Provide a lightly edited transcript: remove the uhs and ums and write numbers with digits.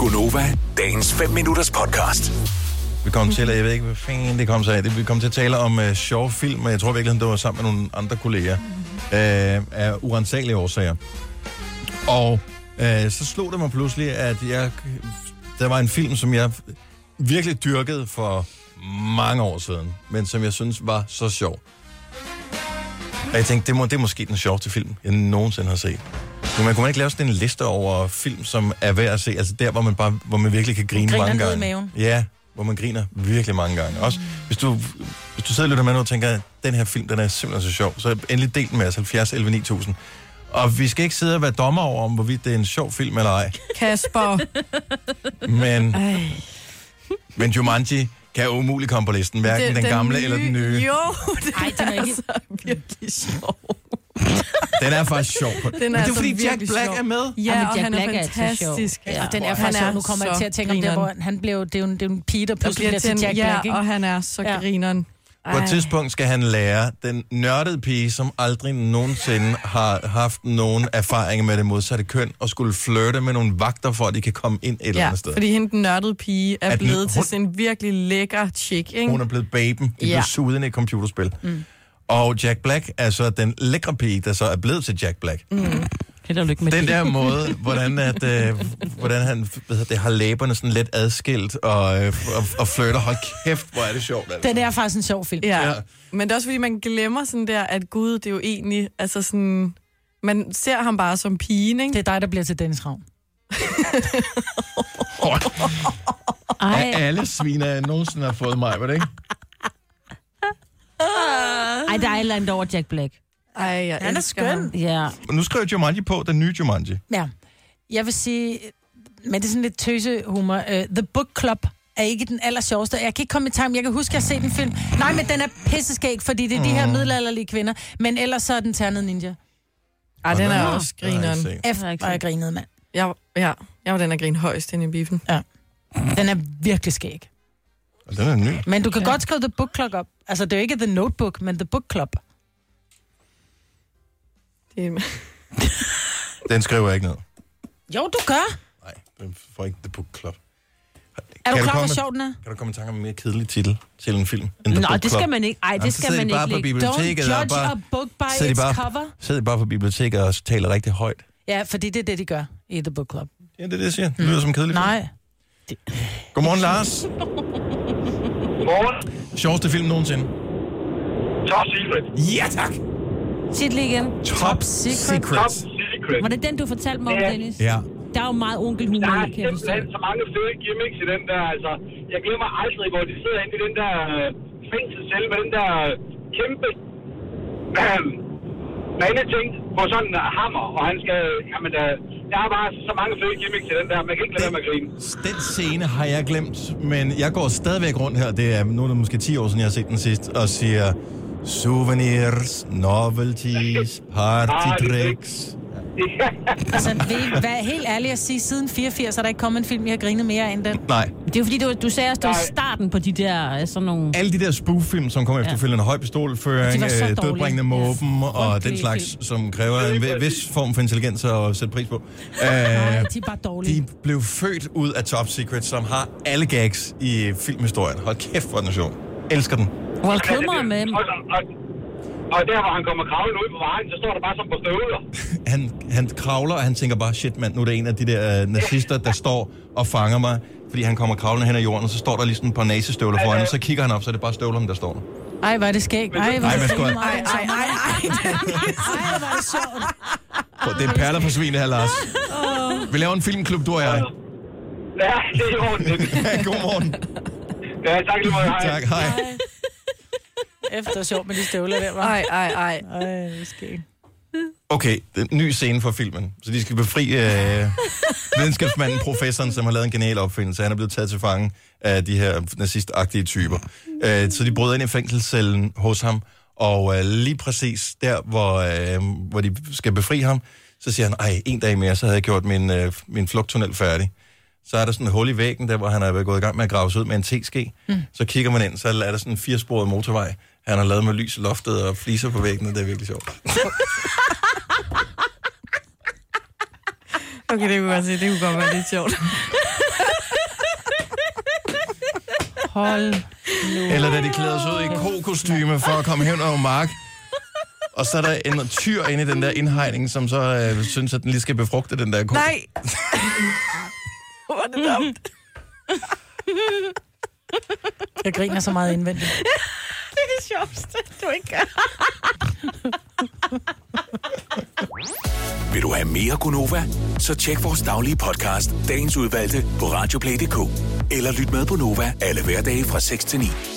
Gonova, dagens 5 minutters podcast. Vi kom til, jeg ved ikke, hvad fanden det kom sig af. Vi kom til at tale om sjove film, og jeg tror virkelig, det var sammen med nogle andre kolleger af urensagelige årsager. Og så slog det mig pludselig, at der var en film, som jeg virkelig dyrkede for mange år siden, men som jeg synes var så sjov. Og jeg tænkte, det er måske den sjoveste film, jeg nogensinde har set. Men man kunne ikke lave sådan en liste over film, som er værd at se. Altså der, hvor man virkelig kan grine mange gange. Maven. Ja, hvor man griner virkelig mange gange. Også hvis du sidder og lytter med og tænker, at den her film, den er simpelthen så sjov, så endelig del den med os, 70 11 9000. Og vi skal ikke sidde og være dommer over, om hvorvidt det er en sjov film eller ej. Kasper. Men Jumanji kan umuligt komme på listen, hverken den gamle eller den nye. Jo, den er ikke virkelig sjov. Den er faktisk sjov. Men det er fordi Jack Black er med. Ja, og Jack han Black er fantastisk. Ja, den er faktisk sjov. Nu kommer jeg til at tænke om det, hvor han blev, det er jo en pige, der pludselig bliver til Jack Black, ikke? Og han er så grineren. På et tidspunkt skal han lære den nørdede pige, som aldrig nogensinde har haft nogen erfaring med det modsatte køn, og skulle flirte med nogle vagter, for at de kan komme ind et eller andet sted. Fordi hende den nørdede pige er blevet til sådan en virkelig lækker chick, ikke? Hun er blevet baben. De blev suget ind i et computerspil. Og Jack Black er så den lækre pige, der så er blevet til Jack Black. Den der måde, hvordan han har læberne sådan lidt adskilt og flirter. Hold kæft, hvor er det sjovt. Altså. Den er faktisk en sjov film. Ja. Men det er også fordi, man glemmer sådan der, at Gud, det er jo egentlig, altså sådan, man ser ham bare som pigen, ikke? Det er dig, der bliver til Dennis Ravn. Af alle sviner, jeg nogensinde har fået mig, var det ikke? Ej, der er et eller andet over Jack Black. Ej, han er skøn. Ja. Nu skriver Jumanji på, den nye Jumanji. Ja. Jeg vil sige, men det er sådan lidt tøsehumor. The Book Club er ikke den allersjoveste. Jeg kan ikke komme i tanke, jeg kan huske, at jeg har set en film. Nej, men den er pisseskæg, fordi det er de her middelalderlige kvinder. Men ellers så er den ternede ninja. Ej, den er også grineren. Efter jeg grinede, mand. Jeg var den, der grinede højst inde i biffen. Ja. Den er virkelig skæg. Og den er ny. Men du kan godt skrive The Book Club op. Altså, det er jo ikke The Notebook, men The Book Club. Den skriver jeg ikke ned. Jo, du gør. Nej, den får ikke The Book Club. Er du klar, hvor sjov den er? Kan du komme i tanke om en mere kedelig titel til en film? Nej, det skal man ikke. Ej, det skal man ikke. Don't judge a book by its cover. Sidder bare på biblioteket og taler rigtig højt. Ja, fordi det er det, de gør i The Book Club. Ja, det er det, jeg siger. Det lyder som kedelig film. Nej. Godmorgen, Lars. Godmorgen. Sjoveste film nogensinde? Top Secret. Ja, tak. Sig det igen. Top Secret. Top Secret. Var det den, du fortalte mig om, Dennis? Ja. Der er jo meget onkelhumor. Der er simpelthen så mange fede gimmicks i den der, altså. Jeg glemmer aldrig, hvor de sidder inde i den der fængselscelle med den der kæmpe mandeting på sådan en hammer, og han skal, jamen der er bare så mange fede gimmicks i den der, man kan ikke lade være med at grine. Den scene har jeg glemt, men jeg går stadigvæk rundt her, det er nu er det måske 10 år siden, jeg har set den sidst, og siger souvenirs, novelties, party tricks. Altså, hvad helt ærligt at sige, siden 84 er der ikke kommet en film, jeg har grinet mere end den. Nej. Det er jo fordi, du sagde, at det var starten på de der sådan nogle... Alle de der spoof-film, som kommer efterfølgende, høj pistolføring, dødbringende måben og den slags, som kræver en vis form for intelligens at sætte pris på. Nej, de er bare dårlige. De blev født ud af Top Secret, som har alle gags i filmhistorien. Hold kæft, hvor den er sjov. Elsker den. Well, Kilmer er med. Og der, hvor han kommer kravlende ud på vejen, så står der bare som på støvler. Han kravler, og han tænker bare, shit mand, nu er det en af de der nazister, der står og fanger mig. Fordi han kommer kravlende hen ad jorden, og så står der lige sådan et par nazistøvler foran, og så kigger han op, så er det bare støvlerne, der står der. Ej, hvor er det skægt. Ej, hvor er det sjovt. Det er perler for svin, det her, Lars. Vi laver en filmklub, du og jeg. Ja, det er i orden. Godmorgen. Ja, tak lige meget. Tak, hej. Efter sjov med de støvler der, var. Ej. Det er skægt. Okay, den ny scene for filmen. Så de skal befri videnskabsmanden, professoren, som har lavet en genial opfindelse. Han er blevet taget til fange af de her nazistagtige typer. Så de bryder ind i fængselscellen hos ham, og lige præcis der, hvor de skal befri ham, så siger han, ej, en dag mere, så havde jeg gjort min flugttunnel færdig. Så er der sådan et hul i væggen, der hvor han er gået i gang med at grave sig ud med en teske. Så kigger man ind, så er der sådan en 4-sporet motorvej. Han har lavet med lys i loftet og fliser på væggene. Det er virkelig sjovt. Okay, det kunne godt være lidt sjovt. Hold nu. Eller da de klæder sig ud i kokostyme for at komme hen over mark. Og så er der en tyr inde i den der indhegning, som så synes, at den lige skal befrugte den der ko. Nej! Hvor er det dumt. Jeg griner så meget indvendigt. Det er det sjoveste, du ikke gør. Vil du have mere Gunova? Så tjek vores daglige podcast, dagens udvalgte, på radioplay.dk. Eller lyt med på Nova alle hverdage fra 6 til 9.